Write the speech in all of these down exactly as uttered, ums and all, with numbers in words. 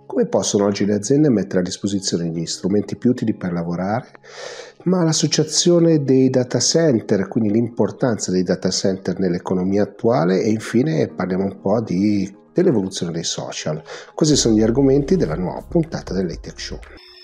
Come possono oggi le aziende mettere a disposizione gli strumenti più utili per lavorare? Ma l'associazione dei data center, quindi l'importanza dei data center nell'economia attuale, e infine parliamo un po' di, dell'evoluzione dei social. Questi sono gli argomenti della nuova puntata dell'A-Tech Show.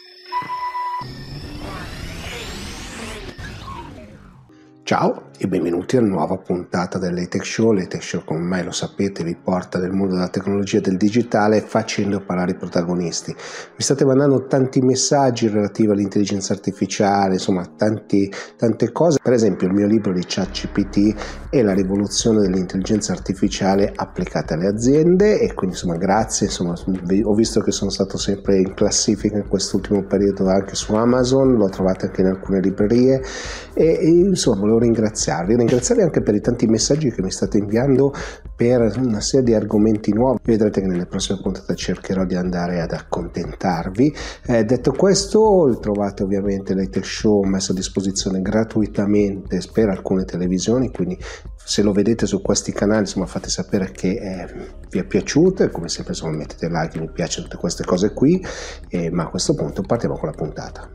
Ciao e benvenuti alla nuova puntata dell'A-Tech Show. L'A-Tech Show, come mai lo sapete, vi porta nel mondo della tecnologia e del digitale facendo parlare i protagonisti. Mi state mandando tanti messaggi relativi all'intelligenza artificiale, insomma tanti, tante cose. Per esempio il mio libro di ChatGPT e la rivoluzione dell'intelligenza artificiale applicata alle aziende, e quindi insomma grazie, insomma ho visto che sono stato sempre in classifica in quest'ultimo periodo anche su Amazon, lo trovate anche in alcune librerie e, e insomma volevo ringraziarvi, ringraziarvi anche per i tanti messaggi che mi state inviando per una serie di argomenti nuovi. Vedrete che nelle prossime puntate cercherò di andare ad accontentarvi. Eh, detto questo, trovate ovviamente l'A-Tech Show messo a disposizione gratuitamente per alcune televisioni, quindi se lo vedete su questi canali insomma fate sapere che eh, vi è piaciuto, e come sempre insomma mettete like, mi piace, tutte queste cose qui, eh, ma a questo punto partiamo con la puntata.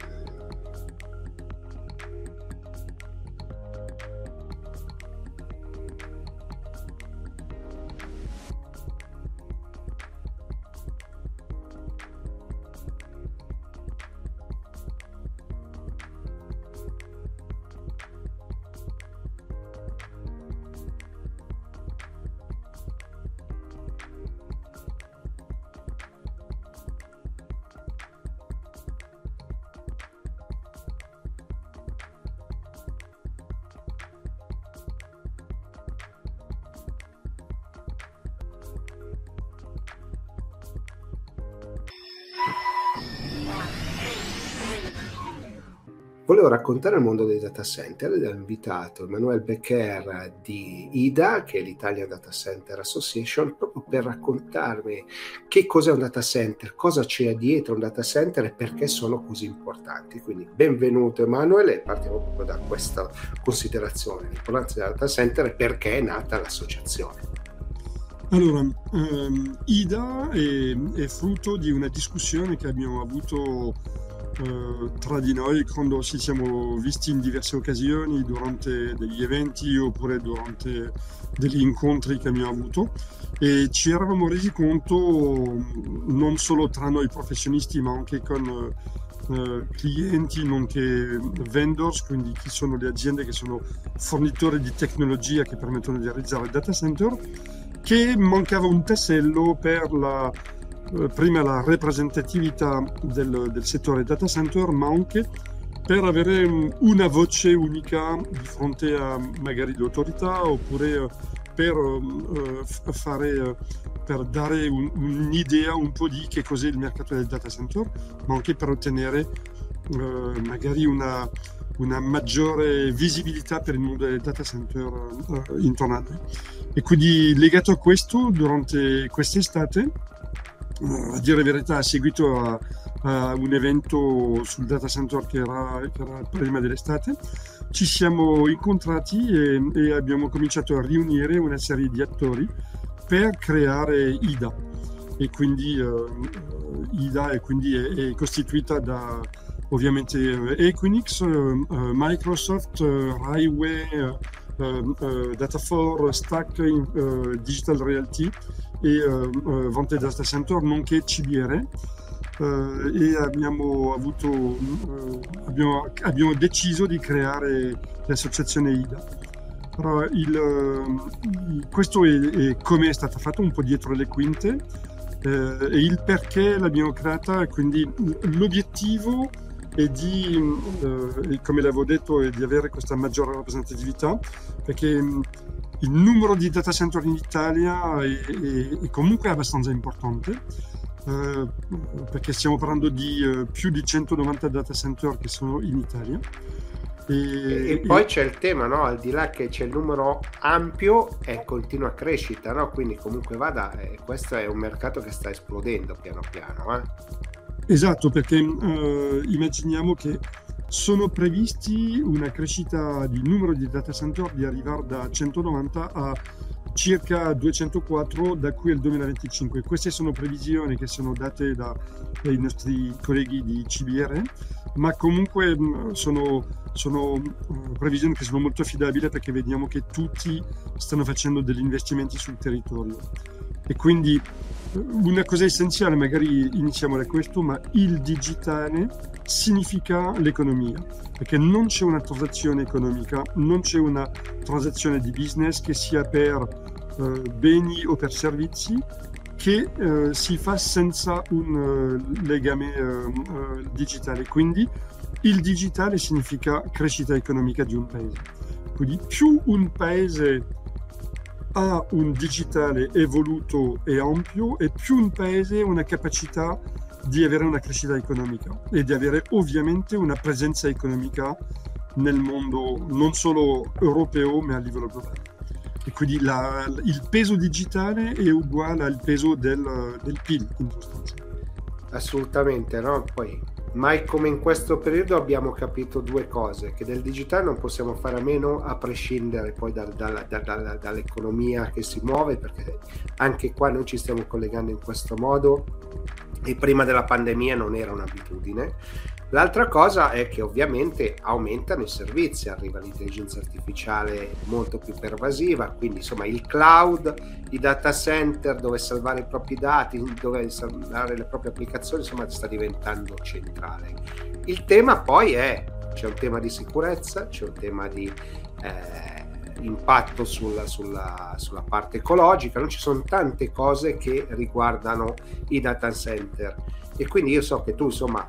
Volevo raccontare il mondo dei data center ed ho invitato Emmanuel Becker di I D A, che è l'Italian Data Center Association, proprio per raccontarmi che cos'è un data center, cosa c'è dietro un data center e perché sono così importanti. Quindi benvenuto Emmanuel, e partiamo proprio da questa considerazione, l'importanza del data center e perché è nata l'associazione. Allora, ehm, I D A è, è frutto di una discussione che abbiamo avuto eh, tra di noi quando ci siamo visti in diverse occasioni durante degli eventi oppure durante degli incontri che abbiamo avuto, e ci eravamo resi conto non solo tra noi professionisti ma anche con eh, clienti nonché vendors, quindi chi sono le aziende che sono fornitori di tecnologia che permettono di realizzare data center, che mancava un tassello per la, eh, prima la rappresentatività del, del settore data center, ma anche per avere una voce unica di fronte a magari l'autorità, oppure per, eh, fare, per dare un, un'idea un po' di che cos'è il mercato del data center, ma anche per ottenere eh, magari una, una maggiore visibilità per il mondo del data center eh, intorno a noi. E quindi legato a questo, durante quest'estate, a dire la verità, seguito a, a un evento sul data center che era, che era prima dell'estate, ci siamo incontrati e, e abbiamo cominciato a riunire una serie di attori per creare I D A. E quindi uh, I D A è, quindi è, è costituita da ovviamente Equinix, uh, Microsoft, uh, Highway, uh, Uh, uh, Data4, Stack, uh, Digital Realty e uh, uh, Vantage Data Center, nonché C B R, uh, e abbiamo avuto uh, abbiamo, abbiamo deciso di creare l'associazione I D A. Però il, uh, questo è, è come è stato fatto un po' dietro le quinte, uh, e il perché l'abbiamo creata. Quindi l'obiettivo e di, eh, come l'avevo detto, è di avere questa maggiore rappresentatività, perché il numero di data center in Italia è, è, è comunque abbastanza importante, eh, perché stiamo parlando di eh, più di centonovanta data center che sono in Italia. E, e poi e... c'è il tema, no? Al di là che c'è il numero ampio, è continua crescita, no? Quindi comunque vada, eh, questo è un mercato che sta esplodendo piano piano, eh? Esatto, perché eh, immaginiamo che sono previsti una crescita di numero di data center di arrivare da centonovanta a circa duecentoquattro da qui al duemilaventicinque. Queste sono previsioni che sono date da, dai nostri colleghi di C B R, ma comunque sono, sono previsioni che sono molto affidabili, perché vediamo che tutti stanno facendo degli investimenti sul territorio. E quindi una cosa essenziale, magari iniziamo da questo, ma il digitale significa l'economia, perché non c'è una transazione economica, non c'è una transazione di business, che sia per eh, beni o per servizi, che eh, si fa senza un uh, legame uh, uh, digitale. Quindi il digitale significa crescita economica di un paese. Quindi più un paese ha un digitale evoluto e ampio, e più un paese ha una capacità di avere una crescita economica e di avere ovviamente una presenza economica nel mondo non solo europeo ma a livello globale. E quindi la, il peso digitale è uguale al peso del, del P I L in sostanza. Assolutamente, no? Poi mai come in questo periodo abbiamo capito due cose: che del digitale non possiamo fare a meno, a prescindere poi da, da, da, da, dall'economia che si muove, perché anche qua noi ci stiamo collegando in questo modo e prima della pandemia non era un'abitudine. L'altra cosa è che ovviamente aumentano i servizi, arriva l'intelligenza artificiale molto più pervasiva, quindi insomma il cloud, i data center dove salvare i propri dati, dove salvare le proprie applicazioni, insomma sta diventando centrale. Il tema poi è, c'è un tema di sicurezza, c'è un tema di eh, impatto sulla, sulla, sulla parte ecologica, non ci sono tante cose che riguardano i data center, e quindi io so che tu insomma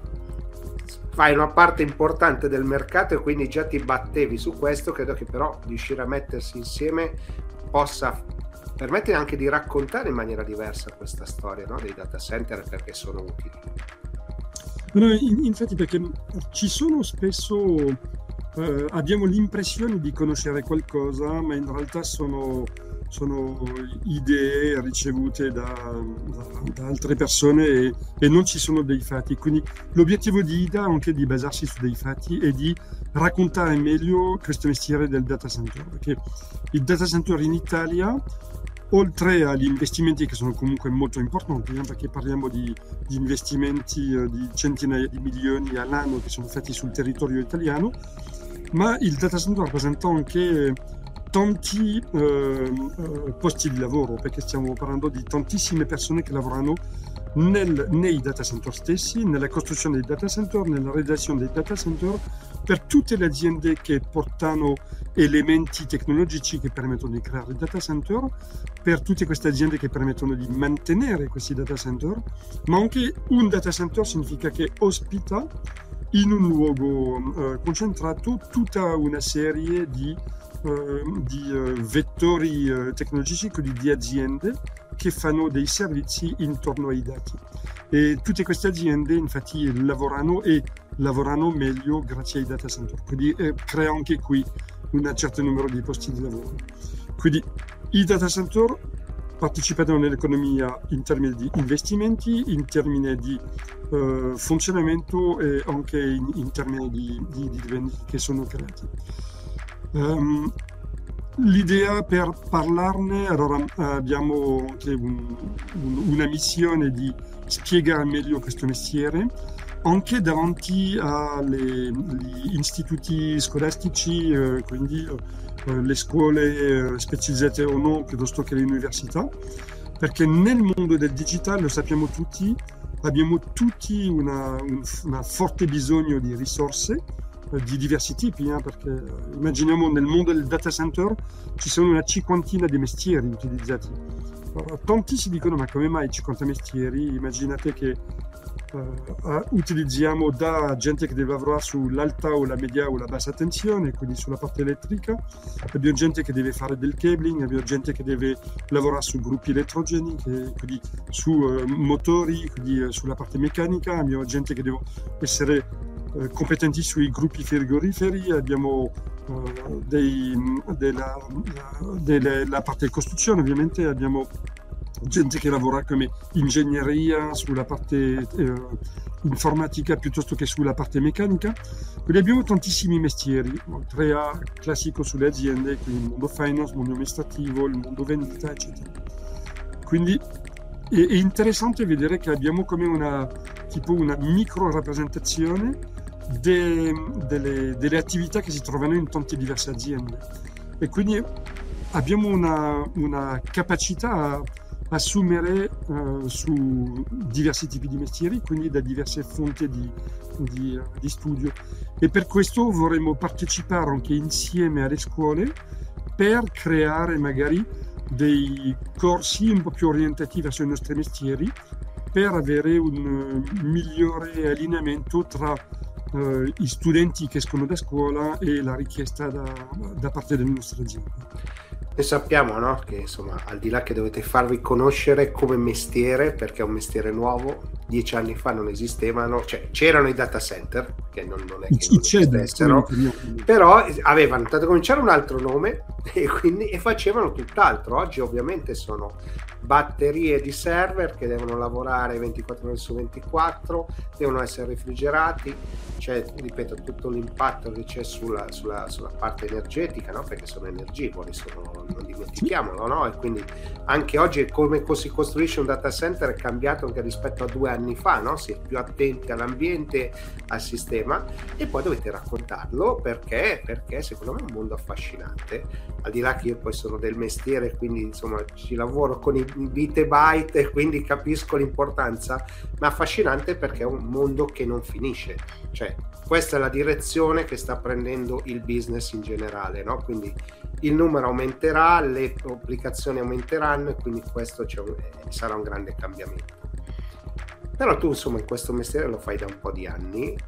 fai una parte importante del mercato e quindi già ti battevi su questo. Credo che però riuscire a mettersi insieme possa permettere anche di raccontare in maniera diversa questa storia, no? Dei data center, perché sono utili. No, in, infatti perché ci sono spesso eh, abbiamo l'impressione di conoscere qualcosa, ma in realtà sono sono idee ricevute da, da, da altre persone e, e non ci sono dei fatti. Quindi l'obiettivo di I D A è anche di basarsi su dei fatti e di raccontare meglio questo mestiere del data center, perché il data center in Italia, oltre agli investimenti che sono comunque molto importanti, eh, perché parliamo di, di investimenti eh, di centinaia di milioni all'anno che sono fatti sul territorio italiano, ma il data center rappresenta anche tanti eh, posti di lavoro, perché stiamo parlando di tantissime persone che lavorano nel, nei data center stessi, nella costruzione dei data center, nella redazione dei data center, per tutte le aziende che portano elementi tecnologici che permettono di creare data center, per tutte queste aziende che permettono di mantenere questi data center, ma anche un data center significa che ospita in un luogo eh, concentrato tutta una serie di di uh, vettori uh, tecnologici, quindi di aziende che fanno dei servizi intorno ai dati, e tutte queste aziende infatti lavorano e lavorano meglio grazie ai data center, quindi eh, crea anche qui un certo numero di posti di lavoro. Quindi i data center partecipano nell'economia in termini di investimenti, in termini di uh, funzionamento e anche in, in termini di, di, di vendite che sono creati. Um, l'idea per parlarne, allora abbiamo anche un, un, una missione di spiegare meglio questo mestiere anche davanti agli istituti scolastici, eh, quindi eh, le scuole eh, specializzate o no, piuttosto che le università, perché nel mondo del digitale, lo sappiamo tutti, abbiamo tutti una, un, una forte bisogno di risorse di diversi tipi, eh, perché immaginiamo nel mondo del data center ci sono una cinquantina di mestieri utilizzati. Allora, tanti si dicono: ma come mai cinquanta mestieri? Immaginate che uh, utilizziamo da gente che deve lavorare sull'alta o la media o la bassa tensione, quindi sulla parte elettrica, abbiamo gente che deve fare del cabling, abbiamo gente che deve lavorare su gruppi elettrogeni, che, quindi su uh, motori, quindi uh, sulla parte meccanica, abbiamo gente che deve essere competenti sui gruppi frigoriferi, abbiamo uh, dei, della, della, della parte di costruzione, ovviamente abbiamo gente che lavora come ingegneria sulla parte eh, informatica piuttosto che sulla parte meccanica. Quindi abbiamo tantissimi mestieri, tre A classico sulle aziende, quindi il mondo finance, il mondo amministrativo, il mondo vendita, eccetera. Quindi è, è interessante vedere che abbiamo come una tipo una micro rappresentazione de, delle, delle attività che si trovano in tante diverse aziende, e quindi abbiamo una, una capacità a assumere uh, su diversi tipi di mestieri, quindi da diverse fonti di, di, uh, di studio, e per questo vorremmo partecipare anche insieme alle scuole per creare magari dei corsi un po' più orientati verso i nostri mestieri, per avere un uh, migliore allineamento tra uh, i studenti che escono da scuola e la richiesta da, da parte delle nostre aziende. Noi sappiamo, no, che insomma, al di là che dovete farvi conoscere come mestiere, perché è un mestiere nuovo, dieci anni fa non esistevano, cioè c'erano i data center, che non, non è che non esistessero, però avevano tanto cominciare un altro nome e quindi e facevano tutt'altro. Oggi ovviamente sono batterie di server che devono lavorare ventiquattro ore su ventiquattro, devono essere refrigerati, c'è, ripeto, tutto l'impatto che c'è sulla, sulla, sulla parte energetica, no? Perché sono energivori, sono, non dimentichiamolo, no? E quindi anche oggi come si costruisce un data center è cambiato anche rispetto a due anni fa, no? Si è più attenti all'ambiente, al sistema, e poi dovete raccontarlo perché, perché secondo me è un mondo affascinante, al di là che io poi sono del mestiere, quindi insomma ci lavoro con i bit e byte e quindi capisco l'importanza, ma affascinante perché è un mondo che non finisce, cioè questa è la direzione che sta prendendo il business in generale, no? Quindi il numero aumenterà, le applicazioni aumenteranno, e quindi questo c'è un, sarà un grande cambiamento. Però tu insomma in questo mestiere lo fai da un po' di anni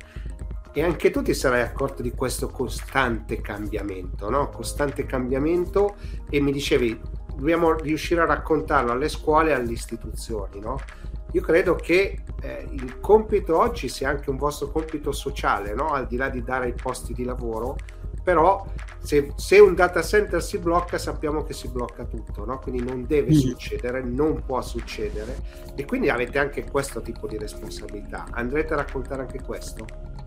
e anche tu ti sarai accorto di questo costante cambiamento, no? Costante cambiamento, e mi dicevi dobbiamo riuscire a raccontarlo alle scuole e alle istituzioni, no? Io credo che eh, il compito oggi sia anche un vostro compito sociale, no? Al di là di dare i posti di lavoro, però se, se un data center si blocca sappiamo che si blocca tutto, no? Quindi non deve mm. succedere, non può succedere, e quindi avete anche questo tipo di responsabilità. Andrete a raccontare anche questo?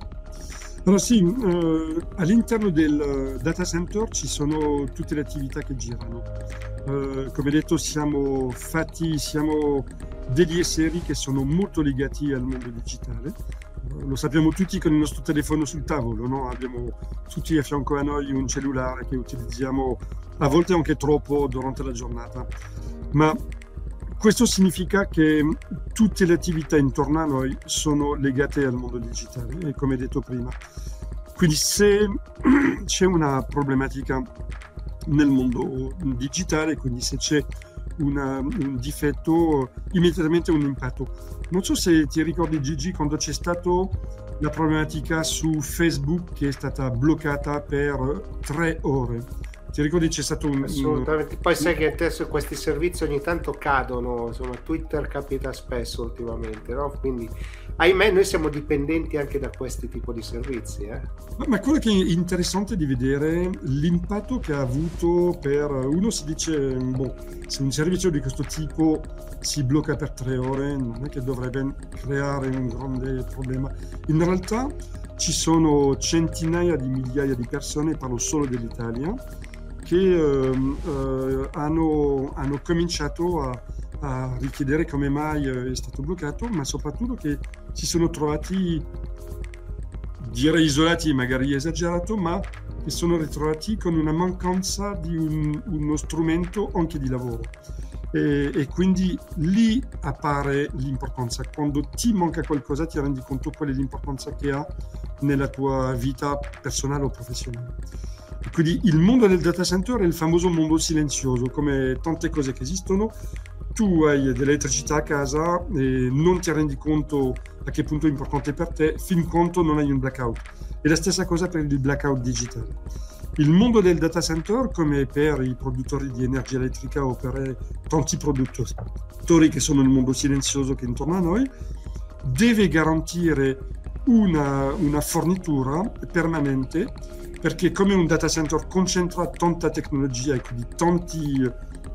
Allora sì, eh, all'interno del data center ci sono tutte le attività che girano. Eh, come detto, siamo fatti, siamo degli esseri che sono molto legati al mondo digitale. Eh, lo sappiamo tutti con il nostro telefono sul tavolo, no? Abbiamo tutti a fianco a noi un cellulare che utilizziamo a volte anche troppo durante la giornata. Ma questo significa che tutte le attività intorno a noi sono legate al mondo digitale, come detto prima. Quindi se c'è una problematica nel mondo digitale, quindi se c'è una, un difetto, immediatamente un impatto. Non so se ti ricordi, Gigi, quando c'è stata la problematica su Facebook che è stata bloccata per tre ore. Ti ricordi c'è stato un... Assolutamente, poi sai che adesso questi servizi ogni tanto cadono, insomma Twitter capita spesso ultimamente, no? Quindi ahimè noi siamo dipendenti anche da questi tipi di servizi. Eh? Ma, ma quello che è interessante di vedere l'impatto che ha avuto per... Uno si dice, boh, se un servizio di questo tipo si blocca per tre ore non è che dovrebbe creare un grande problema. In realtà ci sono centinaia di migliaia di persone, parlo solo dell'Italia, che eh, eh, hanno, hanno cominciato a, a richiedere come mai è stato bloccato, ma soprattutto che si sono trovati, direi isolati, magari esagerato, ma che sono ritrovati con una mancanza di un, uno strumento anche di lavoro. E, e quindi lì appare l'importanza. Quando ti manca qualcosa ti rendi conto qual è l'importanza che ha nella tua vita personale o professionale. Quindi il mondo del data center è il famoso mondo silenzioso, come tante cose che esistono. Tu hai dell'elettricità a casa e non ti rendi conto a che punto è importante per te fin quando non hai un blackout. E la stessa cosa per il blackout digitale. Il mondo del data center, come per i produttori di energia elettrica o per tanti produttori che sono nel mondo silenzioso che è intorno a noi, deve garantire una, una fornitura permanente, perché come un data center concentra tanta tecnologia e quindi tanti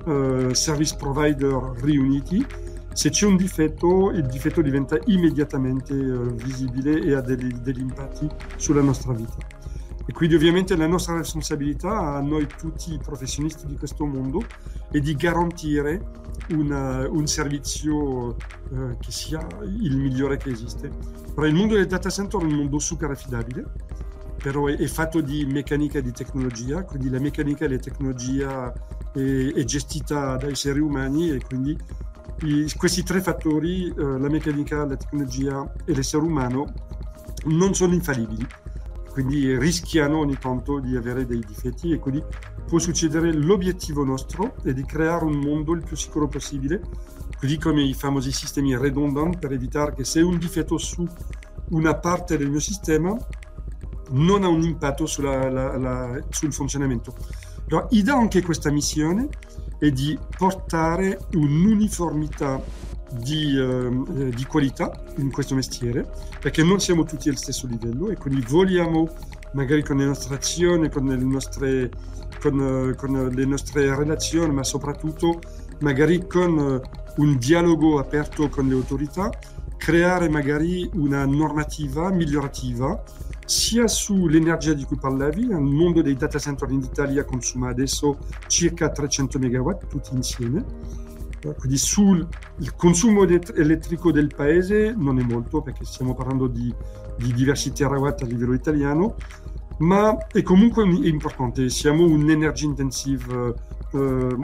uh, service provider riuniti. Se c'è un difetto, il difetto diventa immediatamente uh, visibile e ha degli, degli impatti sulla nostra vita. E quindi ovviamente la nostra responsabilità a noi tutti i professionisti di questo mondo è di garantire una, un servizio uh, che sia il migliore che esiste. Però il mondo del data center è un mondo super affidabile, però è, è fatto di meccanica e di tecnologia, quindi la meccanica e la tecnologia è, è gestita dai esseri umani e quindi I, questi tre fattori, eh, la meccanica, la tecnologia e l'essere umano, non sono infallibili, quindi rischiano ogni tanto di avere dei difetti e quindi può succedere. L'obiettivo nostro è di creare un mondo il più sicuro possibile, così come i famosi sistemi redondanti, per evitare che se un difetto su una parte del mio sistema non ha un impatto sulla, la, la, sul funzionamento. Allora, I D A ha anche questa missione è di portare un'uniformità di, eh, di qualità in questo mestiere, perché non siamo tutti allo stesso livello e quindi vogliamo, magari con le nostre azioni, con le nostre, con, con le nostre relazioni, ma soprattutto magari con un dialogo aperto con le autorità, creare magari una normativa migliorativa sia sull'energia di cui parlavi. Il mondo dei data center in Italia consuma adesso circa trecento megawatt tutti insieme, quindi sul il consumo elettrico del paese non è molto, perché stiamo parlando di, di diversi terawatt a livello italiano, ma è comunque importante. Siamo un energy intensive eh,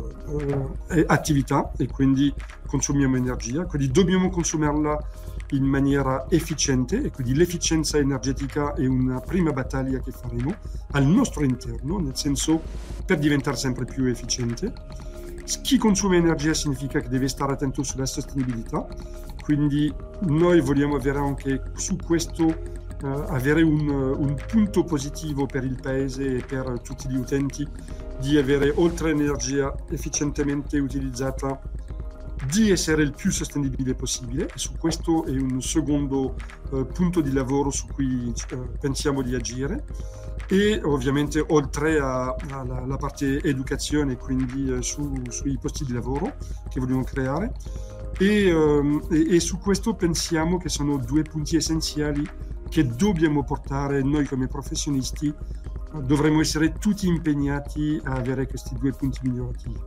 eh, attività e quindi consumiamo energia, quindi dobbiamo consumarla in maniera efficiente e quindi l'efficienza energetica è una prima battaglia che faremo al nostro interno, nel senso per diventare sempre più efficiente. Chi consuma energia significa che deve stare attento sulla sostenibilità, quindi noi vogliamo avere anche su questo uh, avere un, un punto positivo per il paese e per tutti gli utenti, di avere, oltre all'energia efficientemente utilizzata, di essere il più sostenibile possibile, e su questo è un secondo uh, punto di lavoro su cui uh, pensiamo di agire. E ovviamente oltre alla parte educazione, quindi uh, su, sui posti di lavoro che vogliamo creare, e, um, e, e su questo pensiamo che sono due punti essenziali che dobbiamo portare noi come professionisti. Dovremmo essere tutti impegnati a avere questi due punti migliorativi.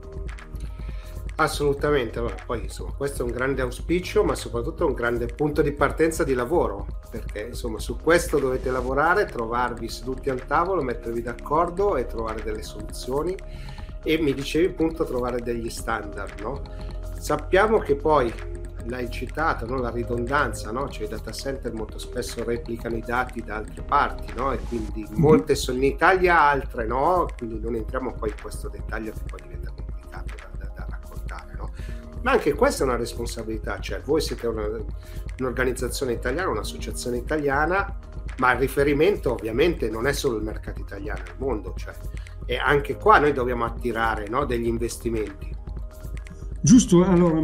Assolutamente, allora, poi insomma questo è un grande auspicio, ma soprattutto un grande punto di partenza di lavoro, perché insomma su questo dovete lavorare, trovarvi seduti al tavolo, mettervi d'accordo e trovare delle soluzioni, e mi dicevi appunto trovare degli standard, no? Sappiamo che poi l'hai citato, no? La ridondanza, no? Cioè i data center molto spesso replicano i dati da altre parti, no? E quindi molte sono in Italia, altre no, quindi non entriamo poi in questo dettaglio che poi diventa complicato da, da, da raccontare, no? Ma anche questa è una responsabilità, cioè voi siete una, un'organizzazione italiana, un'associazione italiana, ma il riferimento ovviamente non è solo il mercato italiano, è il mondo, cioè, e anche qua noi dobbiamo attirare, no, degli investimenti. Giusto, allora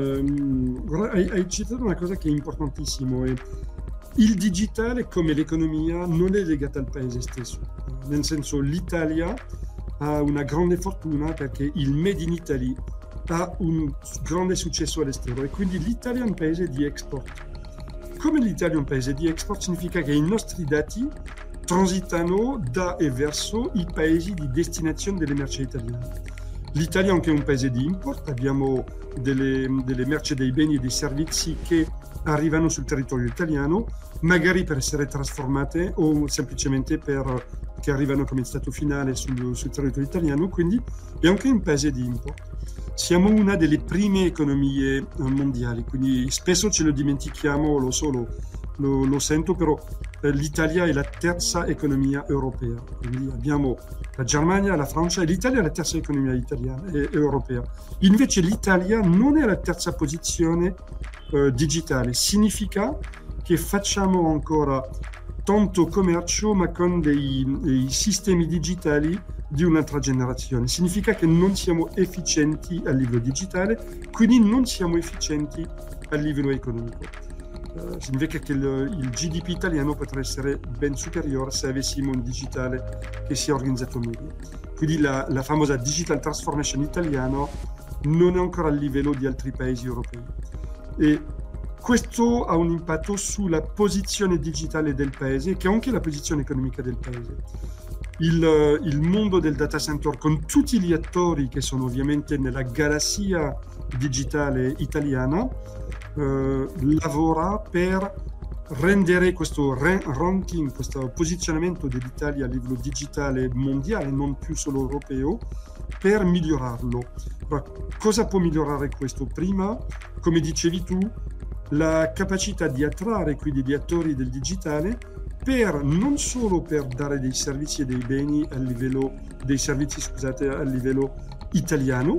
ehm, hai, hai citato una cosa che è importantissima: è il digitale, come l'economia, non è legata al paese stesso, nel senso l'Italia ha una grande fortuna perché il Made in Italy ha un grande successo all'estero e quindi l'Italia è un paese di export. Come l'Italia è un paese di export significa che i nostri dati transitano da e verso i paesi di destinazione delle merci italiane. L'Italia è anche un paese di import, abbiamo delle, delle merci, dei beni e dei servizi che arrivano sul territorio italiano, magari per essere trasformate o semplicemente per, che arrivano come stato finale sul, sul territorio italiano, quindi è anche un paese di import. Siamo una delle prime economie mondiali, quindi spesso ce lo dimentichiamo, lo so, lo, lo, lo sento, però eh, l'Italia è la terza economia europea, quindi abbiamo la Germania, la Francia, e l'Italia è la terza economia italiana e europea. Invece l'Italia non è alla terza posizione eh, digitale, significa che facciamo ancora tanto commercio ma con dei, dei sistemi digitali di un'altra generazione. Significa che non siamo efficienti a livello digitale, quindi non siamo efficienti a livello economico. Uh, significa che il, il G D P italiano potrebbe essere ben superiore se avessimo un digitale che sia organizzato meglio. quindi la, la famosa digital transformation italiana non è ancora a livello di altri paesi europei. E questo ha un impatto sulla posizione digitale del paese, che è anche la posizione economica del paese. Il, il mondo del data center, con tutti gli attori che sono ovviamente nella galassia digitale italiana, eh, lavora per rendere questo ranking, questo posizionamento dell'Italia a livello digitale mondiale, non più solo europeo, per migliorarlo. Ma cosa può migliorare questo? Prima, come dicevi tu, la capacità di attrarre quindi gli attori del digitale per non solo per dare dei servizi e dei beni a livello dei servizi scusate a livello italiano,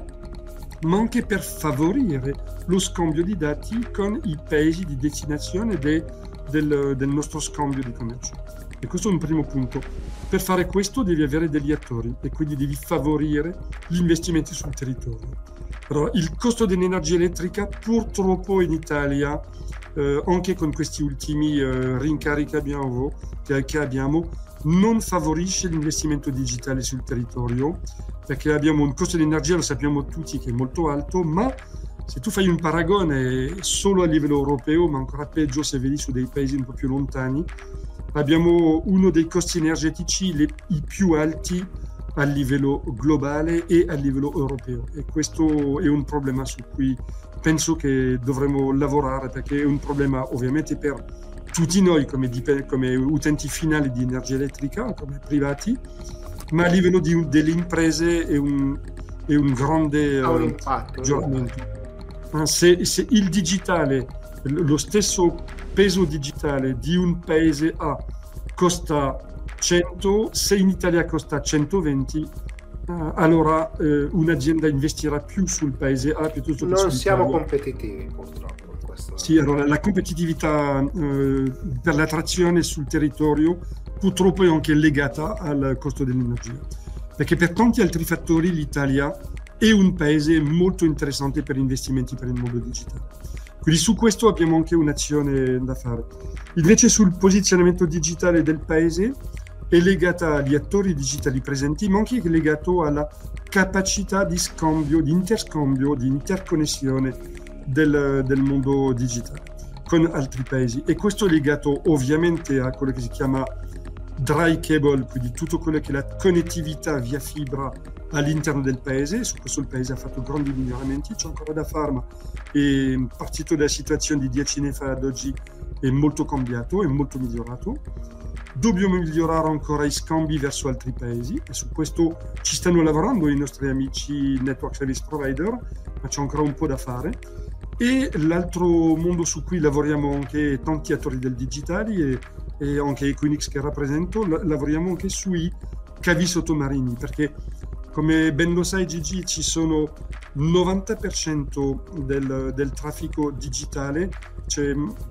ma anche per favorire lo scambio di dati con i paesi di destinazione de, del, del nostro scambio di commercio. E questo è un primo punto. Per fare questo devi avere degli attori e quindi devi favorire gli investimenti sul territorio. Però il costo dell'energia elettrica purtroppo in Italia, eh, anche con questi ultimi eh, rincari che abbiamo, che, che abbiamo, non favorisce l'investimento digitale sul territorio, perché abbiamo un costo dell'energia, lo sappiamo tutti, che è molto alto, ma se tu fai un paragone solo a livello europeo, ma ancora peggio se vedi su dei paesi un po' più lontani, abbiamo uno dei costi energetici le, i più alti a livello globale e a livello europeo, e questo è un problema su cui penso che dovremmo lavorare, perché è un problema ovviamente per tutti noi come, dip- come utenti finali di energia elettrica, come privati, ma a livello di, delle imprese è un, è un grande ha un impatto, giuramento. Se, se il digitale, lo stesso peso digitale di un paese A costa cento, se in Italia costa centoventi, uh, allora uh, un'azienda investirà più sul paese A piuttosto che non sul siamo Italia. Competitivi purtroppo in questo. Sì, allora la competitività uh, per l'attrazione sul territorio purtroppo è anche legata al costo dell'energia, perché per tanti altri fattori l'Italia è un paese molto interessante per investimenti per il mondo digitale. Quindi su questo abbiamo anche un'azione da fare. Invece sul posizionamento digitale del paese è legata agli attori digitali presenti, ma anche legato alla capacità di scambio, di interscambio, di interconnessione del, del mondo digitale con altri paesi. E questo è legato ovviamente a quello che si chiama dry cable, quindi tutto quello che è la connettività via fibra all'interno del paese. Su questo il paese ha fatto grandi miglioramenti, c'è ancora da fare, ma è partito dalla situazione di dieci anni fa ad oggi, è molto cambiato, è molto migliorato. Dobbiamo migliorare ancora i scambi verso altri paesi e su questo ci stanno lavorando i nostri amici network service provider, ma c'è ancora un po' da fare. E l'altro mondo su cui lavoriamo anche tanti attori del digitale e, e anche Equinix che rappresento, la, lavoriamo anche sui cavi sottomarini, perché come ben lo sai Gigi, ci sono novanta per cento del, del traffico digitale, cioè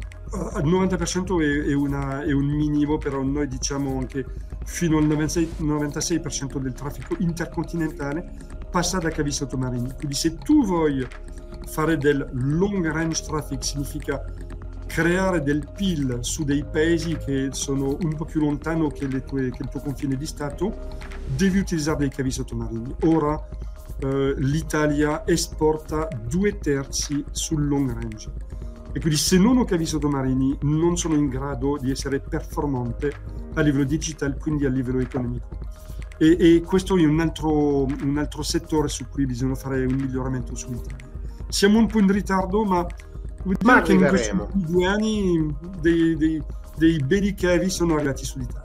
il novanta per cento è, è, una, è un minimo, però noi diciamo anche fino al novantasei, novantasei per cento del traffico intercontinentale passa da cavi sottomarini. Quindi se tu vuoi fare del long range traffic, significa creare del P I L su dei paesi che sono un po' più lontano che, le tue, che il tuo confine di Stato, devi utilizzare dei cavi sottomarini. Ora eh, l'Italia esporta due terzi sul long range e quindi se non ho cavi sottomarini non sono in grado di essere performante a livello digitale, quindi a livello economico. E, e questo è un altro, un altro settore su cui bisogna fare un miglioramento sull'Italia. Siamo un po' in ritardo, ma vuol dire ma che in questi due anni dei, dei, dei belli cavi sono arrivati sull'Italia.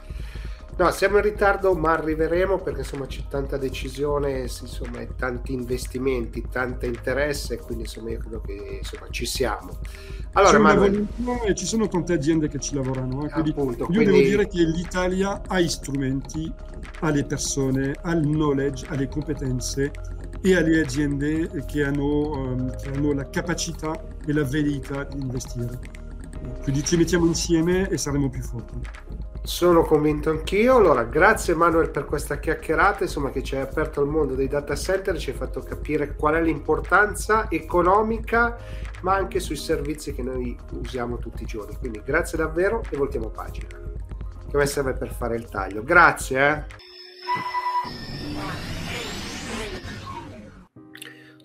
No, siamo in ritardo, ma arriveremo, perché insomma c'è tanta decisione, insomma, e tanti investimenti, tanto interesse, quindi insomma io credo che insomma ci siamo. Allora, Manuel, e ci sono tante aziende che ci lavorano, eh? quindi appunto, io quindi... devo dire che l'Italia ha gli strumenti, ha le persone, ha il knowledge, ha le competenze e alle aziende che hanno, um, che hanno la capacità e la velleità di investire. Quindi ci mettiamo insieme e saremo più forti. Sono convinto anch'io. Allora, grazie Manuel per questa chiacchierata, insomma, che ci hai aperto al mondo dei data center, ci hai fatto capire qual è l'importanza economica, ma anche sui servizi che noi usiamo tutti i giorni. Quindi grazie davvero e voltiamo pagina, che a me serve per fare il taglio. Grazie. Eh?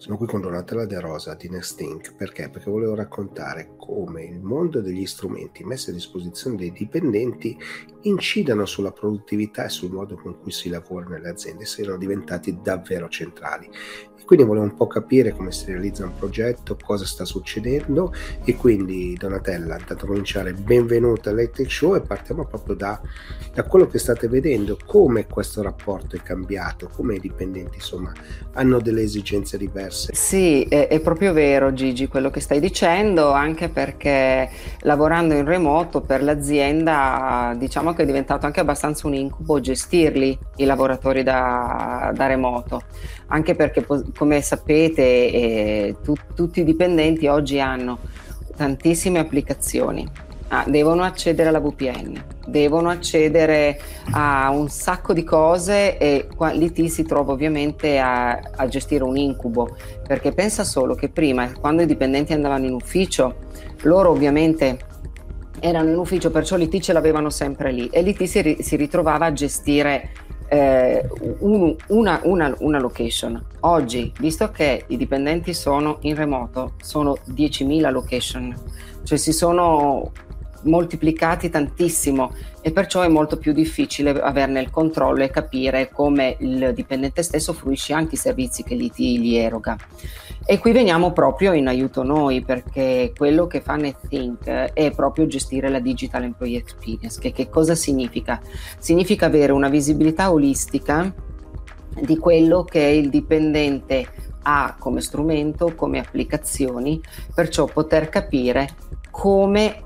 Sono qui con Donatella De Rosa di Nexthink. Perché? Perché volevo raccontare come il mondo degli strumenti messi a disposizione dei dipendenti incidano sulla produttività e sul modo con cui si lavora nelle aziende, siano diventati davvero centrali. E quindi volevo un po' capire come si realizza un progetto, cosa sta succedendo, e quindi Donatella, intanto cominciare, benvenuta all'E-Tech Show, e partiamo proprio da, da quello che state vedendo, come questo rapporto è cambiato, come i dipendenti insomma hanno delle esigenze diverse. Sì, è, è proprio vero Gigi quello che stai dicendo, anche perché lavorando in remoto per l'azienda diciamo che è diventato anche abbastanza un incubo gestirli i lavoratori da, da remoto, anche perché come sapete eh, tu, tutti i dipendenti oggi hanno tantissime applicazioni. Ah, devono accedere alla V P N, devono accedere a un sacco di cose, e qua, l'I T si trova ovviamente a, a gestire un incubo, perché pensa solo che prima, quando i dipendenti andavano in ufficio, loro ovviamente erano in ufficio, perciò l'I T ce l'avevano sempre lì, e l'I T si, ri, si ritrovava a gestire eh, un, una, una, una location. Oggi, visto che i dipendenti sono in remoto, sono diecimila location, cioè si sono moltiplicati tantissimo, e perciò è molto più difficile averne il controllo e capire come il dipendente stesso fruisce anche i servizi che l'I T gli eroga. E qui veniamo proprio in aiuto noi, perché quello che fa Nexthink è proprio gestire la Digital Employee Experience. Che, che cosa significa? Significa avere una visibilità olistica di quello che il dipendente ha come strumento, come applicazioni, perciò poter capire come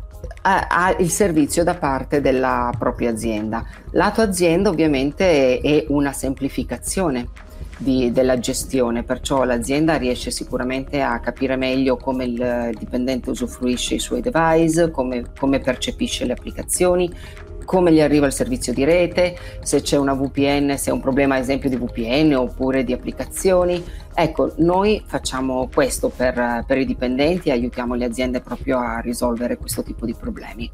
ha il servizio da parte della propria azienda. Lato azienda ovviamente è una semplificazione di, della gestione, perciò l'azienda riesce sicuramente a capire meglio come il dipendente usufruisce i suoi device, come, come percepisce le applicazioni, come gli arriva il servizio di rete, se c'è una V P N, se è un problema ad esempio di V P N oppure di applicazioni. Ecco, noi facciamo questo per, per i dipendenti e aiutiamo le aziende proprio a risolvere questo tipo di problemi.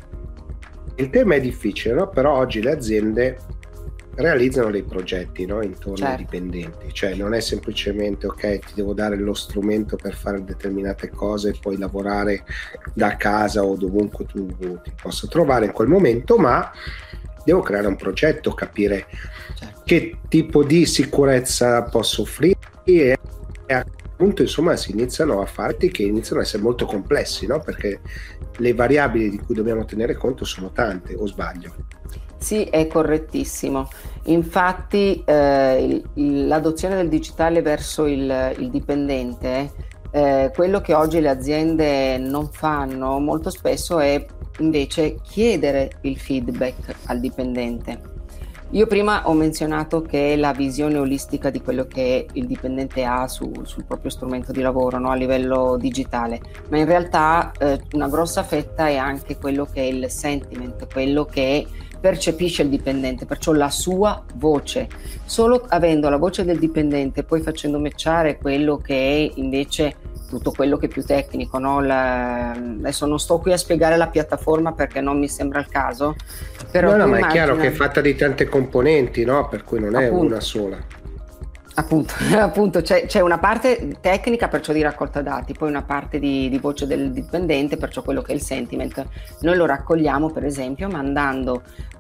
Il tema è difficile, no? Però oggi le aziende realizzano dei progetti, no? Intorno certo. ai dipendenti, cioè non è semplicemente ok, ti devo dare lo strumento per fare determinate cose e poi lavorare da casa o dovunque tu ti possa trovare in quel momento, ma devo creare un progetto, capire certo. che tipo di sicurezza posso offrire, e appunto insomma si iniziano a fatti che iniziano ad essere molto complessi, no? Perché le variabili di cui dobbiamo tenere conto sono tante, o sbaglio? Sì, è correttissimo. Infatti eh, il, l'adozione del digitale verso il, il dipendente, eh, quello che oggi le aziende non fanno molto spesso è invece chiedere il feedback al dipendente. Io prima ho menzionato che la visione olistica di quello che il dipendente ha su, sul proprio strumento di lavoro, no? A livello digitale, ma in realtà eh, una grossa fetta è anche quello che è il sentiment, quello che percepisce il dipendente, perciò la sua voce. Solo avendo la voce del dipendente, poi facendo matchare quello che è invece tutto quello che è più tecnico, no? La, adesso non sto qui a spiegare la piattaforma perché non mi sembra il caso, però no, no, ma immagina... è chiaro che è fatta di tante componenti, no? Per cui non è appunto, una sola. Appunto, appunto c'è, c'è una parte tecnica, perciò di raccolta dati, poi una parte di, di voce del dipendente, perciò quello che è il sentiment. Noi lo raccogliamo per esempio mandando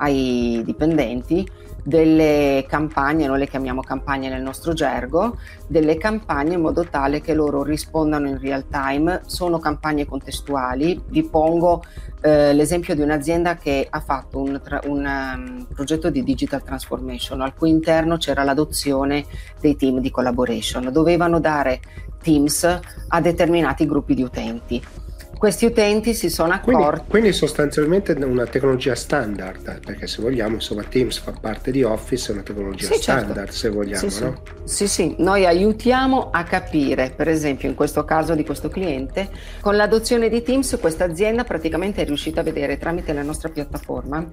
ai dipendenti delle campagne, noi le chiamiamo campagne nel nostro gergo, delle campagne in modo tale che loro rispondano in real time. Sono campagne contestuali. Vi pongo eh, l'esempio di un'azienda che ha fatto un, tra- un um, progetto di digital transformation al cui interno c'era l'adozione dei team di collaboration. Dovevano dare Teams a determinati gruppi di utenti. Questi utenti si sono accorti... Quindi, quindi sostanzialmente una tecnologia standard, perché se vogliamo, insomma, Teams fa parte di Office, è una tecnologia sì, standard, certo. se vogliamo, sì, no? Sì, sì, noi aiutiamo a capire, per esempio in questo caso di questo cliente, con l'adozione di Teams questa azienda praticamente è riuscita a vedere tramite la nostra piattaforma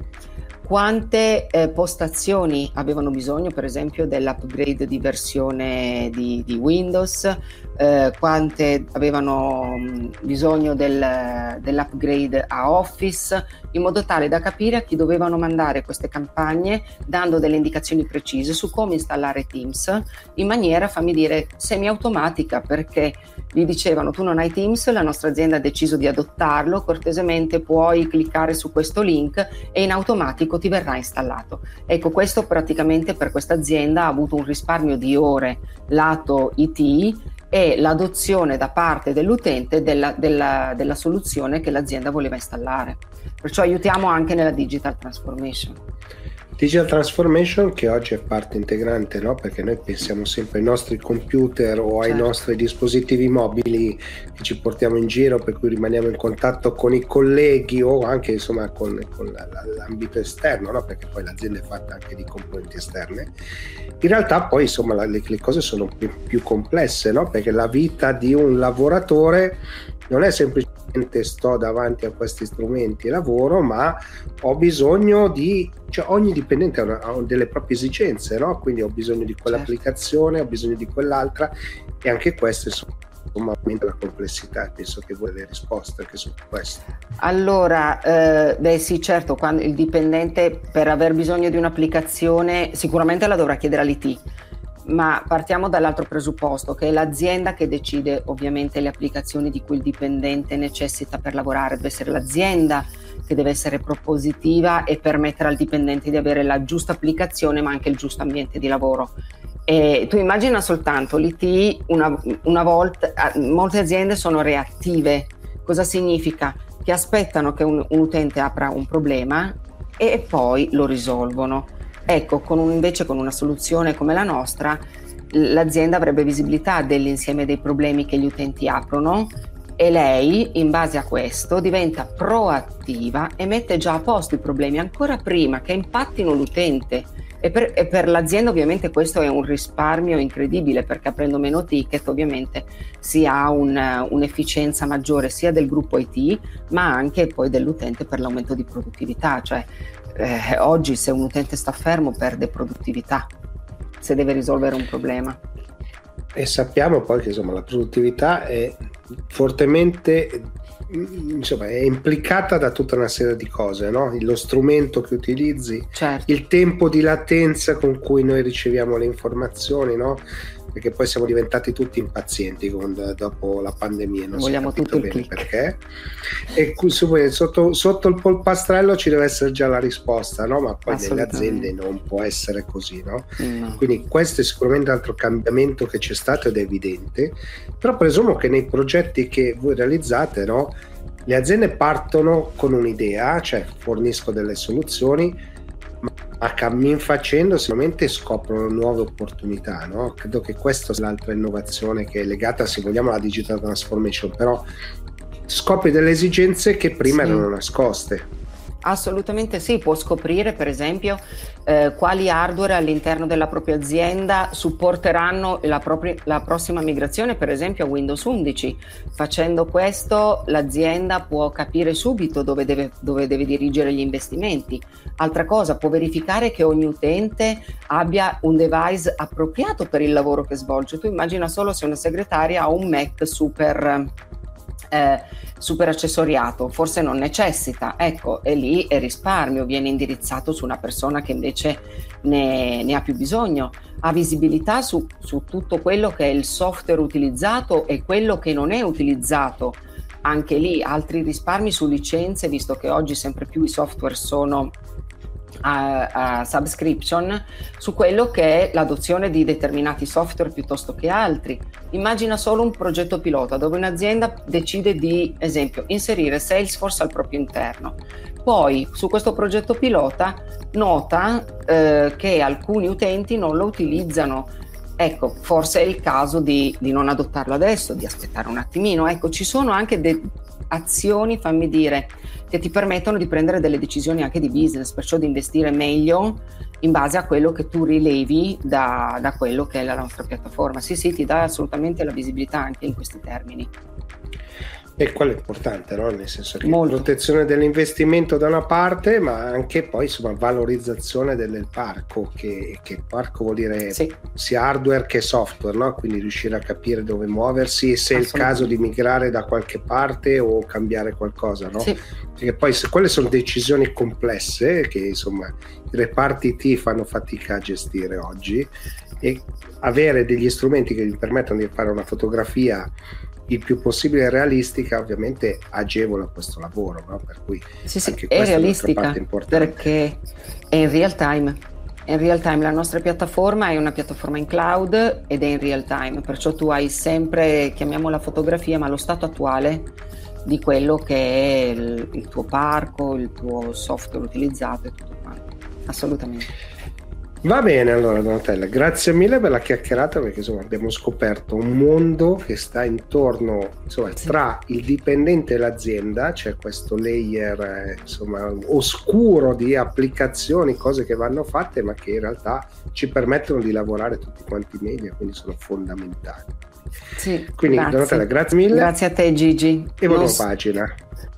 quante eh, postazioni avevano bisogno, per esempio dell'upgrade di versione di, di Windows, eh, quante avevano mh, bisogno del del, dell'upgrade a Office, in modo tale da capire a chi dovevano mandare queste campagne, dando delle indicazioni precise su come installare Teams in maniera, fammi dire, semi-automatica, perché gli dicevano: tu non hai Teams, la nostra azienda ha deciso di adottarlo, cortesemente puoi cliccare su questo link e in automatico ti verrà installato. Ecco, questo praticamente per questa azienda ha avuto un risparmio di ore lato I T e l'adozione da parte dell'utente della, della, della soluzione che l'azienda voleva installare. Perciò aiutiamo anche nella digital transformation. Digital transformation che oggi è parte integrante, no? Perché noi pensiamo sempre ai nostri computer o ai certo. nostri dispositivi mobili che ci portiamo in giro, per cui rimaniamo in contatto con i colleghi o anche insomma con, con la, la, l'ambito esterno, no? Perché poi l'azienda è fatta anche di componenti esterne. In realtà poi insomma la, le, le cose sono più, più complesse, no? Perché la vita di un lavoratore non è semplicemente sto davanti a questi strumenti e lavoro, ma ho bisogno di, cioè ogni dipendente ha, ha delle proprie esigenze, no? Quindi ho bisogno di quell'applicazione, certo. ho bisogno di quell'altra, e anche questo insomma aumenta la complessità. Penso che voi le risposte anche su questo. Allora, eh, beh sì, certo, quando il dipendente per aver bisogno di un'applicazione sicuramente la dovrà chiedere all'I T. Ma partiamo dall'altro presupposto, che è l'azienda che decide ovviamente le applicazioni di cui il dipendente necessita per lavorare. Deve essere l'azienda che deve essere propositiva e permettere al dipendente di avere la giusta applicazione ma anche il giusto ambiente di lavoro. E tu immagina soltanto l'I T, una, una volta, molte aziende sono reattive. Cosa significa? Che aspettano che un, un utente apra un problema e poi lo risolvono. Ecco, con un, invece con una soluzione come la nostra, l'azienda avrebbe visibilità dell'insieme dei problemi che gli utenti aprono e lei, in base a questo, diventa proattiva e mette già a posto i problemi ancora prima che impattino l'utente. E per, e per l'azienda ovviamente questo è un risparmio incredibile, perché aprendo meno ticket ovviamente si ha un, un'efficienza maggiore sia del gruppo I T ma anche poi dell'utente per l'aumento di produttività. Cioè eh, oggi se un utente sta fermo perde produttività se deve risolvere un problema. E sappiamo poi che insomma la produttività è fortemente insomma è implicata da tutta una serie di cose, no? Lo strumento che utilizzi, certo. il tempo di latenza con cui noi riceviamo le informazioni, no? Perché poi siamo diventati tutti impazienti con, dopo la pandemia, non vogliamo si è tutto capito il bene click. Perché e sotto, sotto il polpastrello ci deve essere già la risposta, no? Ma poi nelle aziende non può essere così, no? no. Quindi questo è sicuramente un altro cambiamento che c'è stato ed è evidente, però presumo che nei progetti che voi realizzate, no, le aziende partono con un'idea, cioè fornisco delle soluzioni, ma cammin facendo sicuramente scoprono nuove opportunità, no? Credo che questa sia l'altra innovazione che è legata, se vogliamo, alla digital transformation, però scopri delle esigenze che prima sì. erano nascoste. Assolutamente sì, può scoprire per esempio eh, quali hardware all'interno della propria azienda supporteranno la, propria, la prossima migrazione per esempio a Windows undici. Facendo questo l'azienda può capire subito dove deve, dove deve dirigere gli investimenti. Altra cosa, può verificare che ogni utente abbia un device appropriato per il lavoro che svolge. Tu immagina solo se una segretaria ha un Mac super... Eh, super accessoriato, forse non necessita, ecco, e lì è risparmio, viene indirizzato su una persona che invece ne, ne ha più bisogno, ha visibilità su, su tutto quello che è il software utilizzato e quello che non è utilizzato, anche lì altri risparmi su licenze, visto che oggi sempre più i software sono A, a subscription, su quello che è l'adozione di determinati software piuttosto che altri. Immagina solo un progetto pilota dove un'azienda decide di, esempio, inserire Salesforce al proprio interno, poi su questo progetto pilota nota eh, che alcuni utenti non lo utilizzano. Ecco, forse è il caso di, di non adottarlo adesso, di aspettare un attimino. Ecco, ci sono anche de- azioni, fammi dire, che ti permettono di prendere delle decisioni anche di business, perciò di investire meglio in base a quello che tu rilevi da, da quello che è la nostra piattaforma. Sì, sì, ti dà assolutamente la visibilità anche in questi termini. E quello è importante, no? Nel senso che Molto. protezione dell'investimento da una parte, ma anche poi insomma valorizzazione del, del parco, che, che parco vuol dire Sì. sia hardware che software, no? Quindi riuscire a capire dove muoversi e se è il caso di migrare da qualche parte o cambiare qualcosa, no? Sì. Perché poi se quelle sono decisioni complesse che insomma i reparti I T fanno fatica a gestire oggi, e avere degli strumenti che vi permettono di fare una fotografia il più possibile realistica ovviamente agevola questo lavoro, no? Per cui sì, sì, anche è è realistica parte importante. perché è in real time. È in real time, la nostra piattaforma è una piattaforma in cloud ed è in real time, perciò tu hai sempre, chiamiamola fotografia, ma lo stato attuale di quello che è il, il tuo parco, il tuo software utilizzato e tutto quanto. Assolutamente. Va bene, allora Donatella, grazie mille per la chiacchierata, perché insomma abbiamo scoperto un mondo che sta intorno, insomma, Sì. tra il dipendente e l'azienda, c'è questo layer eh, insomma oscuro di applicazioni, cose che vanno fatte ma che in realtà ci permettono di lavorare tutti quanti meglio, quindi sono fondamentali. Sì, Quindi grazie. Donatella, grazie mille. Grazie a te Gigi. E voltiamo Non... pagina.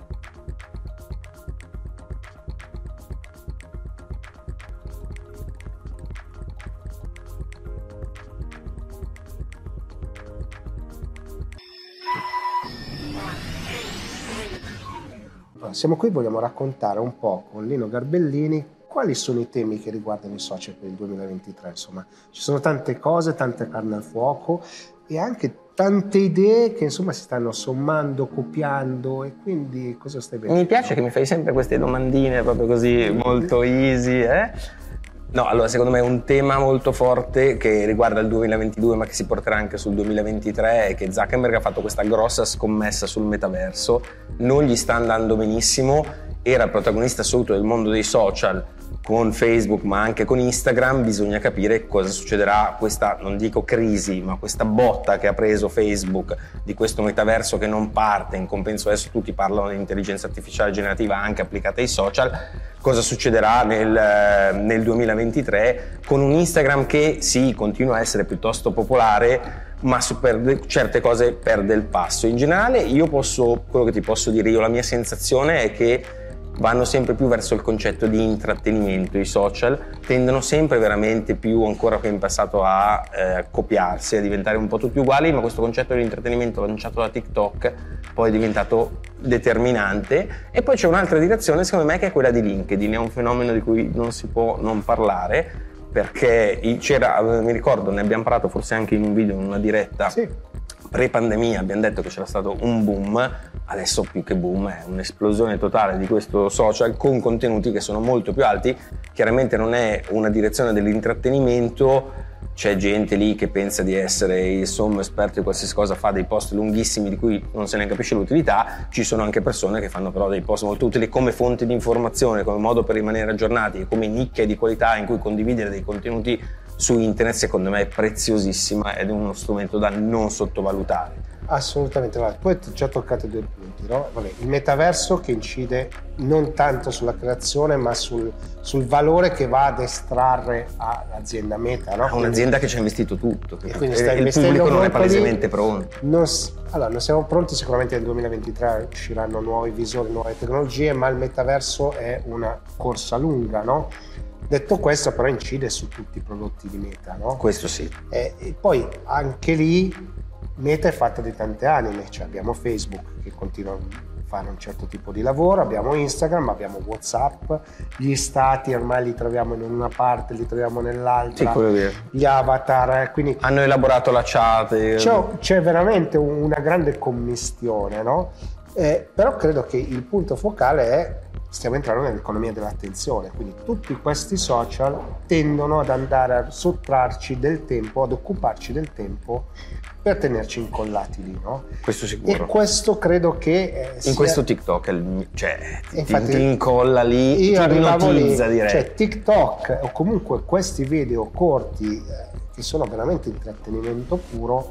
Siamo qui, vogliamo raccontare un po' con Lino Garbellini quali sono i temi che riguardano i social per il duemilaventitré. Insomma, ci sono tante cose, tante carne al fuoco e anche tante idee che insomma si stanno sommando, copiando, e quindi cosa stai vedendo? Mi piace che mi fai sempre queste domandine proprio così molto easy, eh? No, allora secondo me un tema molto forte che riguarda il duemilaventidue ma che si porterà anche sul duemilaventitré è che Zuckerberg ha fatto questa grossa scommessa sul metaverso, non gli sta andando benissimo, era il protagonista assoluto del mondo dei social con Facebook ma anche con Instagram. Bisogna capire cosa succederà, questa non dico crisi ma questa botta che ha preso Facebook di questo metaverso che non parte, in compenso adesso tutti parlano di intelligenza artificiale generativa anche applicata ai social. Cosa succederà nel, nel duemilaventitré con un Instagram che sì, continua a essere piuttosto popolare ma su per certe cose perde il passo. In generale io posso, quello che ti posso dire io, la mia sensazione è che vanno sempre più verso il concetto di intrattenimento. I social tendono sempre veramente più, ancora che in passato, a eh, copiarsi, a diventare un po' tutti uguali, ma questo concetto di intrattenimento lanciato da TikTok poi è diventato determinante. E poi c'è un'altra direzione secondo me che è quella di LinkedIn, è un fenomeno di cui non si può non parlare, perché c'era, mi ricordo, ne abbiamo parlato forse anche in un video, in una diretta, sì. Pre-pandemia abbiamo detto che c'era stato un boom, adesso più che boom è un'esplosione totale di questo social con contenuti che sono molto più alti. Chiaramente non è una direzione dell'intrattenimento, c'è gente lì che pensa di essere il sommo esperto di qualsiasi cosa, fa dei post lunghissimi di cui non se ne capisce l'utilità. Ci sono anche persone che fanno però dei post molto utili come fonte di informazione, come modo per rimanere aggiornati e come nicchia di qualità in cui condividere dei contenuti su internet. Secondo me è preziosissima ed è uno strumento da non sottovalutare. Assolutamente, guarda. Poi ti ho già toccato due punti, no? Vabbè, il metaverso che incide non tanto sulla creazione ma sul, sul valore che va ad estrarre all'azienda Meta, no? È un'azienda che ci ha investito tutto, e quindi sta il pubblico non è palesemente pronto. Non, allora, non siamo pronti, sicuramente nel duemilaventitré usciranno nuovi visori, nuove tecnologie, ma il metaverso è una corsa lunga, no? Detto questo, però incide su tutti i prodotti di Meta, no? Questo sì. E, e poi anche lì Meta è fatta di tante anime, cioè abbiamo Facebook che continua a fare un certo tipo di lavoro, abbiamo Instagram, abbiamo WhatsApp, gli stati ormai li troviamo in una parte, li troviamo nell'altra, sì, quello è vero. Gli avatar, quindi hanno elaborato la chat. C'è, c'è veramente una grande commistione, no? Eh, però credo che il punto focale è stiamo entrando nell'economia dell'attenzione, quindi tutti questi social tendono ad andare a sottrarci del tempo, ad occuparci del tempo per tenerci incollati lì, no? Questo sicuro. E questo credo che eh, sia... in questo TikTok è il, cioè infatti, ti, ti incolla lì, io ti ipnotizza, lì, direi. Cioè TikTok o comunque questi video corti eh, che sono veramente intrattenimento puro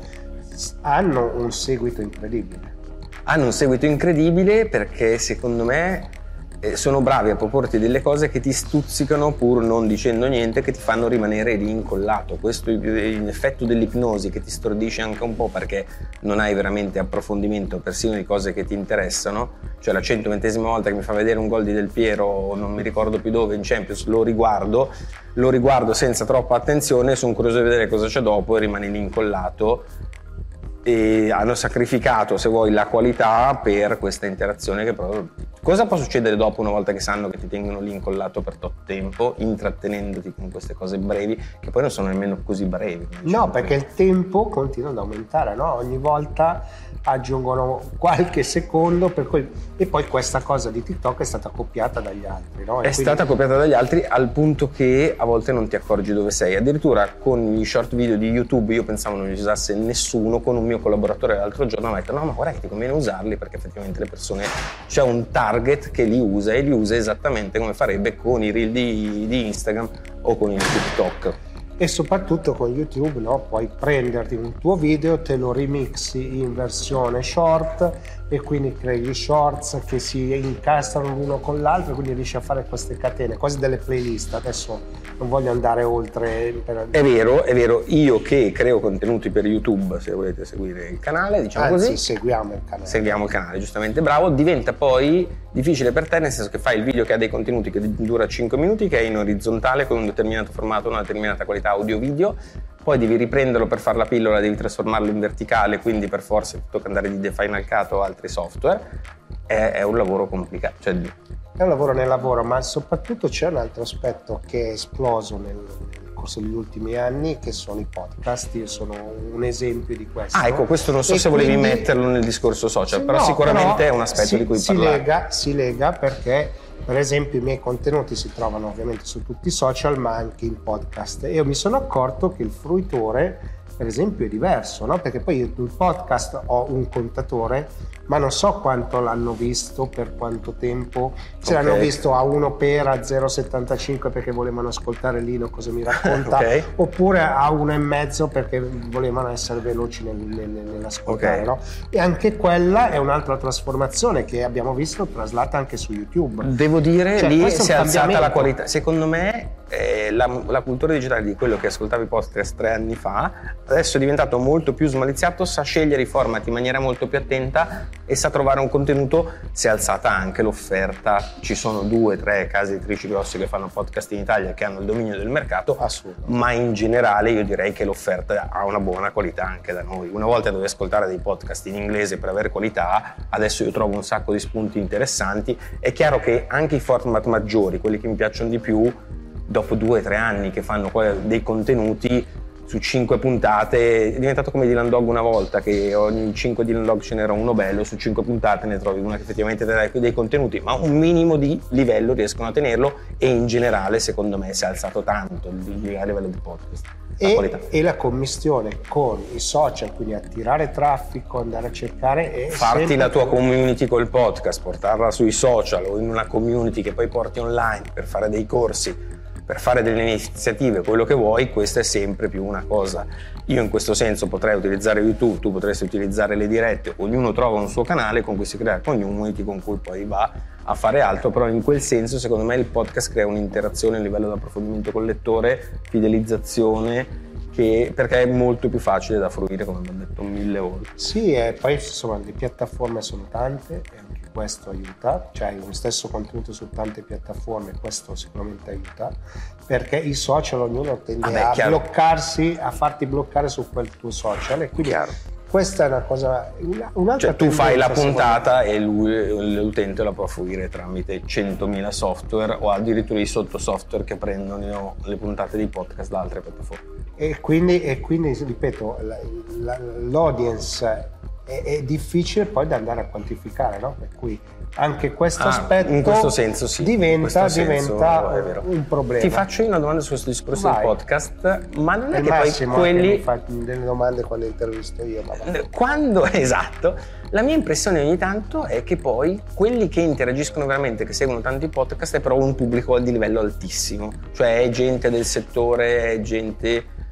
hanno un seguito incredibile. Hanno un seguito incredibile perché secondo me eh, sono bravi a proporti delle cose che ti stuzzicano pur non dicendo niente, che ti fanno rimanere lì incollato. Questo è l'effetto dell'ipnosi, che ti stordisce anche un po' perché non hai veramente approfondimento persino di cose che ti interessano. Cioè la centoventesima volta che mi fa vedere un gol di Del Piero, non mi ricordo più dove, in Champions, lo riguardo lo riguardo senza troppa attenzione, sono curioso di vedere cosa c'è dopo e rimani lì incollato. E hanno sacrificato, se vuoi, la qualità per questa interazione che proprio... Cosa può succedere dopo, una volta che sanno che ti tengono lì incollato per tot tempo, intrattenendoti con queste cose brevi, che poi non sono nemmeno così brevi? No, perché il tempo continua ad aumentare, no? Ogni volta aggiungono qualche secondo, per cui... e poi questa cosa di TikTok è stata copiata dagli altri, no? E è quindi... stata copiata dagli altri al punto che a volte non ti accorgi dove sei. Addirittura con gli short video di YouTube io pensavo non li usasse nessuno, con un mio collaboratore l'altro giorno mi ha detto no ma guarda che ti conviene usarli perché effettivamente le persone, c'è un target che li usa e li usa esattamente come farebbe con i reel di, di Instagram o con il TikTok. E soprattutto con YouTube, no? Puoi prenderti un tuo video, te lo remixi in versione short e quindi crei gli shorts che si incastrano l'uno con l'altro, quindi riesci a fare queste catene, quasi delle playlist. Adesso non voglio andare oltre. Per... È vero, è vero, io che creo contenuti per YouTube, se volete seguire il canale, diciamo Anzi, così. seguiamo il canale. Seguiamo il canale, giustamente, bravo. Diventa poi difficile per te, nel senso che fai il video che ha dei contenuti che dura cinque minuti, che è in orizzontale con un determinato formato, una determinata qualità audio-video, poi devi riprenderlo per fare la pillola, devi trasformarlo in verticale, quindi per forza ti tocca andare di Final Cut o altri software. È, è un lavoro complicato. Cioè... È un lavoro nel lavoro, ma soprattutto c'è un altro aspetto che è esploso nel, nel corso degli ultimi anni, che sono i podcast. Io sono un esempio di questo. Ah, ecco, questo non so e se quindi... volevi metterlo nel discorso social, sì, però no, sicuramente però è un aspetto si, di cui si parlare. Lega, si lega perché, per esempio, i miei contenuti si trovano ovviamente su tutti i social, ma anche in podcast. E io mi sono accorto che il fruitore, per esempio, è diverso, no? Perché poi io sul podcast ho un contatore, ma non so quanto l'hanno visto, per quanto tempo, se okay. l'hanno visto a uno per, a zero virgola settantacinque perché volevano ascoltare Lino cosa mi racconta, okay. oppure a uno e mezzo perché volevano essere veloci nel, nel, nell'ascoltare, okay. no? E anche quella è un'altra trasformazione che abbiamo visto traslata anche su YouTube. Devo dire, cioè, lì si è alzata la qualità. Secondo me eh, la, la cultura digitale di quello che ascoltavi podcast tre anni fa adesso è diventato molto più smaliziato, sa scegliere i format in maniera molto più attenta e sa trovare un contenuto. Si è alzata anche l'offerta, ci sono due, tre case editrici grossi che fanno podcast in Italia che hanno il dominio del mercato, ma in generale io direi che l'offerta ha una buona qualità anche da noi. Una volta dovevo ascoltare dei podcast in inglese per avere qualità, adesso io trovo un sacco di spunti interessanti. È chiaro che anche i format maggiori, quelli che mi piacciono di più, dopo due o tre anni che fanno dei contenuti su cinque puntate, è diventato come Dylan Dog una volta, che ogni cinque Dylan Dog ce n'era uno bello, su cinque puntate ne trovi una che effettivamente ti dà dei contenuti, ma un minimo di livello riescono a tenerlo, e in generale secondo me si è alzato tanto il a livello di podcast. La e, e la commistione con i social, quindi attirare traffico, andare a cercare e farti la tua community col podcast, portarla sui social o in una community che poi porti online per fare dei corsi, per fare delle iniziative, quello che vuoi, questa è sempre più una cosa. Io in questo senso potrei utilizzare YouTube, tu potresti utilizzare le dirette, ognuno trova un suo canale con cui si crea community, con cui poi va a fare altro, però in quel senso secondo me il podcast crea un'interazione a livello di approfondimento col lettore, fidelizzazione, che perché è molto più facile da fruire, come abbiamo detto mille volte. Sì, e poi insomma le piattaforme sono tante e anche questo aiuta, cioè hai lo stesso contenuto su tante piattaforme, questo sicuramente aiuta, perché i social ognuno tende Vabbè, a chiaro. bloccarsi, a farti bloccare su quel tuo social, e quindi chiaro. Questa è una cosa, una, un'altra cioè tu fai la puntata vuole... e lui, l'utente la può fruire tramite centomila software o addirittura i sottosoftware che prendono le puntate di podcast da altre piattaforme. E quindi, e quindi ripeto, la, la, l'audience è, è difficile poi da andare a quantificare, no? Per cui anche questo ah, aspetto in questo senso sì, diventa, questo diventa senso un problema. Ti faccio io una domanda su questo discorso Vai. del podcast, ma non è, è che Massimo, poi quelli mi fa delle domande quando intervisto io, ma quando esatto, la mia impressione ogni tanto è che poi quelli che interagiscono veramente, che seguono tanti podcast, è però un pubblico di livello altissimo, cioè è gente del settore, è gente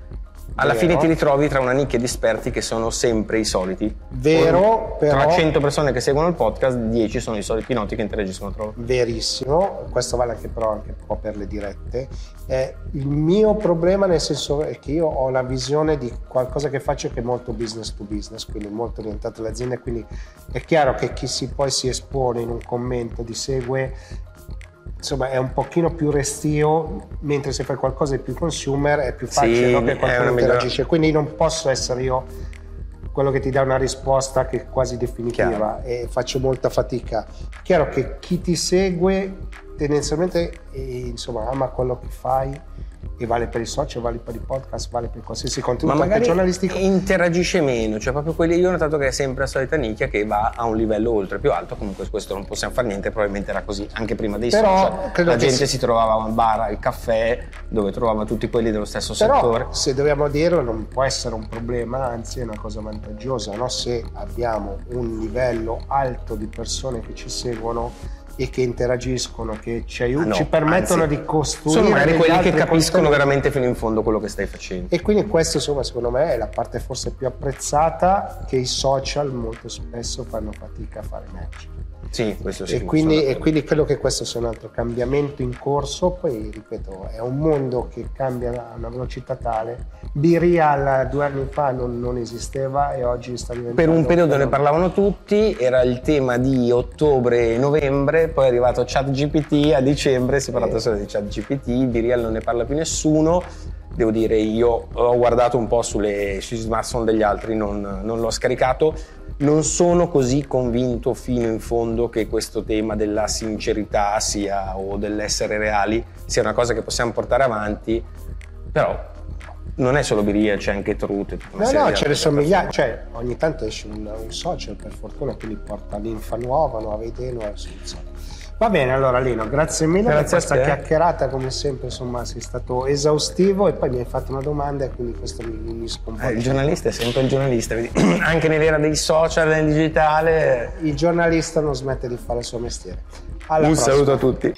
Alla Vero. fine ti ritrovi tra una nicchia di esperti che sono sempre i soliti. Vero, però... Tra cento persone che seguono il podcast, dieci sono i soliti noti che interagiscono tra loro. Verissimo, questo vale anche però anche un po' per le dirette. Eh, il mio problema nel senso è che io ho una visione di qualcosa che faccio che è molto business to business, quindi molto orientato alle aziende, quindi è chiaro che chi si, poi si espone in un commento, ti segue, insomma è un pochino più restio, mentre se fai qualcosa di più consumer è più facile, Sì, no, che è qualcuno una interagisce, quindi non posso essere io quello che ti dà una risposta che è quasi definitiva. Chiaro. E faccio molta fatica. Chiaro che chi ti segue tendenzialmente eh, insomma ama quello che fai, e vale per i social, vale per i podcast, vale per qualsiasi contenuto, ma magari anche giornalistico. Interagisce meno, cioè proprio quelli, io ho notato che è sempre la solita nicchia che va a un livello oltre più alto. Comunque questo non possiamo fare niente, probabilmente era così anche prima dei Però, social, la gente si... si trovava al bar, al caffè, dove trovava tutti quelli dello stesso Però, settore. Se dobbiamo dirlo, non può essere un problema, anzi è una cosa vantaggiosa, no? Se abbiamo un livello alto di persone che ci seguono e che interagiscono, che ci aiutano, ah no, ci permettono anzi, di costruire. Sono magari quelli che capiscono contenuti. veramente fino in fondo quello che stai facendo. E quindi questo, insomma, secondo me è la parte forse più apprezzata, che i social molto spesso fanno fatica a fare match. Sì, questo sì. E quindi, e quindi credo che questo sia un altro cambiamento in corso. Poi, ripeto, è un mondo che cambia a una velocità tale. B-Real due anni fa non, non esisteva e oggi sta diventando... Per un periodo ne parlavano tutti, era il tema di ottobre e novembre, poi è arrivato ChatGPT a dicembre, si è parlato eh. solo di ChatGPT, B-Real non ne parla più nessuno. Devo dire, io ho guardato un po' sulle, sui smartphone degli altri, non, non l'ho scaricato. Non sono così convinto fino in fondo che questo tema della sincerità sia, o dell'essere reali sia una cosa che possiamo portare avanti, però non è solo B-Real, c'è anche Truth. No, no, ce ne sono migliaia, cioè ogni tanto esce un, un social, per fortuna, quindi porta l'infa nuova, nuova idea, nuova soluzione. Va bene, allora Lino, grazie mille grazie per questa a te. chiacchierata, come sempre, insomma, sei stato esaustivo e poi mi hai fatto una domanda e quindi questo mi, mi sconvolge. Eh, il giornalista è sempre il giornalista, vedi? Anche nell'era dei social, nel digitale. Il giornalista non smette di fare il suo mestiere. Alla un prossima. saluto a tutti.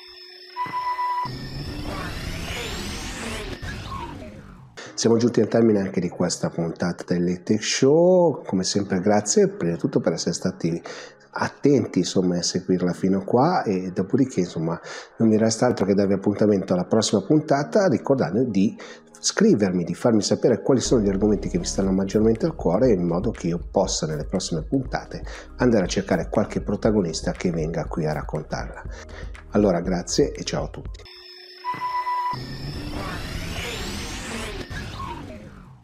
Siamo giunti al termine anche di questa puntata del Late Tech Show. Come sempre grazie prima di tutto per essere stati attenti, insomma, a seguirla fino a qua, e dopodiché, insomma, non mi resta altro che darvi appuntamento alla prossima puntata, ricordando di scrivermi, di farmi sapere quali sono gli argomenti che vi stanno maggiormente al cuore, in modo che io possa nelle prossime puntate andare a cercare qualche protagonista che venga qui a raccontarla. Allora grazie e ciao a tutti.